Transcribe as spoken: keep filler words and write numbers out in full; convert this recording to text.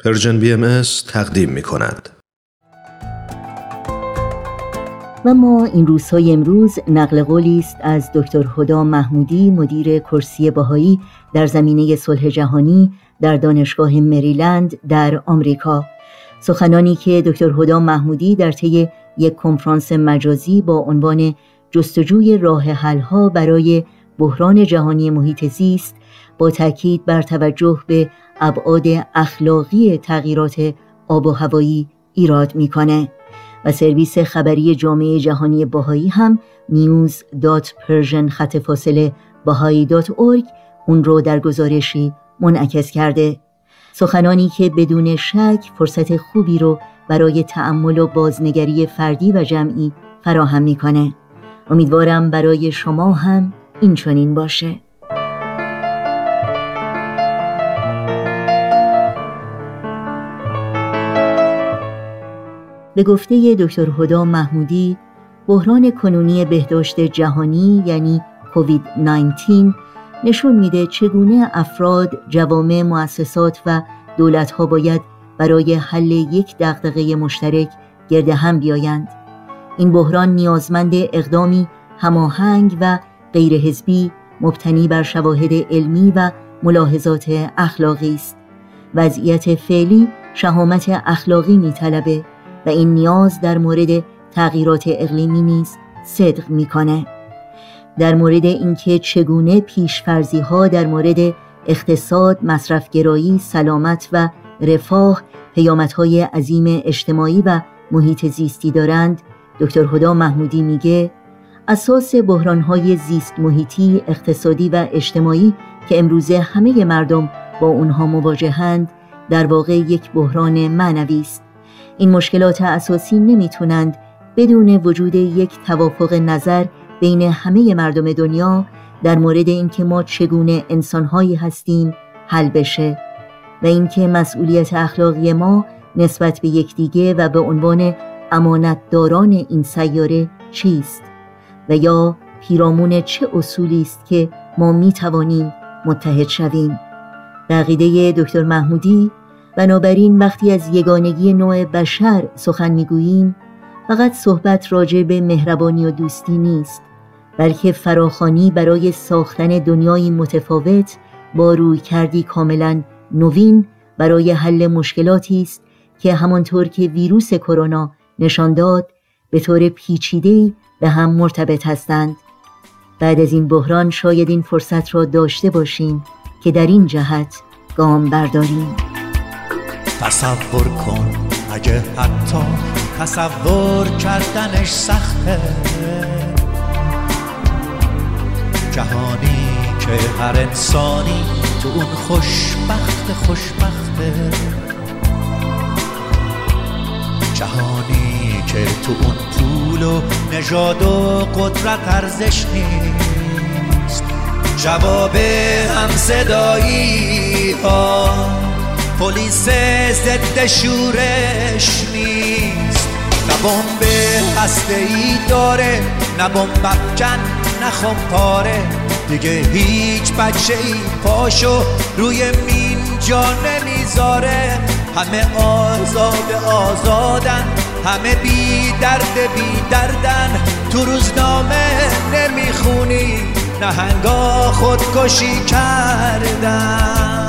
پرژن بی ام اس تقدیم می کند. و ما این روزهای امروز نقل قولی است از دکتر هدی محمودی، مدیر کرسی بهایی در زمینه صلح جهانی در دانشگاه مریلند در آمریکا. سخنانی که دکتر هدی محمودی در طی یک کنفرانس مجازی با عنوان جستجوی راه حل‌ها برای بحران جهانی محیط زیست با تاکید بر توجه به ابعاد اخلاقی تغییرات آب و هوایی ایراد می‌کنه و سرویس خبری جامعه جهانی بهایی هم نیوز دات پرژن خط فاصله بهایی دات اورگ اون رو در گزارشی منعکس کرده. سخنانی که بدون شک فرصت خوبی رو برای تأمل و بازنگری فردی و جمعی فراهم می‌کنه. امیدوارم برای شما هم این چنین باشه. به گفته دکتر هدی محمودی، بحران کنونی بهداشت جهانی یعنی کووید نوزده نشون میده چگونه افراد، جوامع، مؤسسات و دولت‌ها باید برای حل یک دغدغه مشترک گرد هم بیایند. این بحران نیازمند اقدامی هماهنگ و غیر حزبی مبتنی بر شواهد علمی و ملاحظات اخلاقی است. وضعیت فعلی شهامت اخلاقی می‌طلبه و این نیاز در مورد تغییرات اقلیمی نیز صدق می‌کنه. در مورد اینکه چگونه پیش‌فرضی‌ها در مورد اقتصاد، مصرف‌گرایی، سلامت و رفاه پیامدهای عظیم اجتماعی و محیط زیستی دارند، دکتر هدی محمودی میگه اساس بحران‌های زیست محیطی، اقتصادی و اجتماعی که امروزه همه مردم با اونها مواجهند در واقع یک بحران معنوی است. این مشکلات اساسی نمیتونند بدون وجود یک توافق نظر بین همه مردم دنیا در مورد اینکه ما چگونه انسان‌هایی هستیم حل بشه و اینکه مسئولیت اخلاقی ما نسبت به یکدیگه و به عنوان امانتداران این سیاره چیست و یا پیرامون چه اصولی است که ما میتوانیم متحد شویم. به عقیده دکتر محمودی، بنابراین وقتی از یگانگی نوع بشر سخن میگوییم، فقط صحبت راجع به مهربانی و دوستی نیست، بلکه فراخوانی برای ساختن دنیایی متفاوت با رویکردی کاملا نوین برای حل مشکلاتی است که همانطور که ویروس کرونا نشان داد به طور پیچیده‌ای به هم مرتبط هستند. بعد از این بحران شاید این فرصت را داشته باشیم که در این جهت گام برداریم. تصور کن اگه حتی تصور کردنش سخته، جهانی که هر انسانی تو اون خوشبخت خوشبخته، جهانی که تو اون پول و نژاد و قدرت ارزش نیست، جواب همصدایی ها پلیس ضد شورش نیست، نه بمب هسته‌ای داره، نه بمب افکن، نه خمپاره، دیگه هیچ بچه‌ای پاشو روی مین جا نمیذاره، همه آزاد آزادن، همه بی درد بی دردن، تو روزنامه نمیخونی نهنگا خودکشی کردن.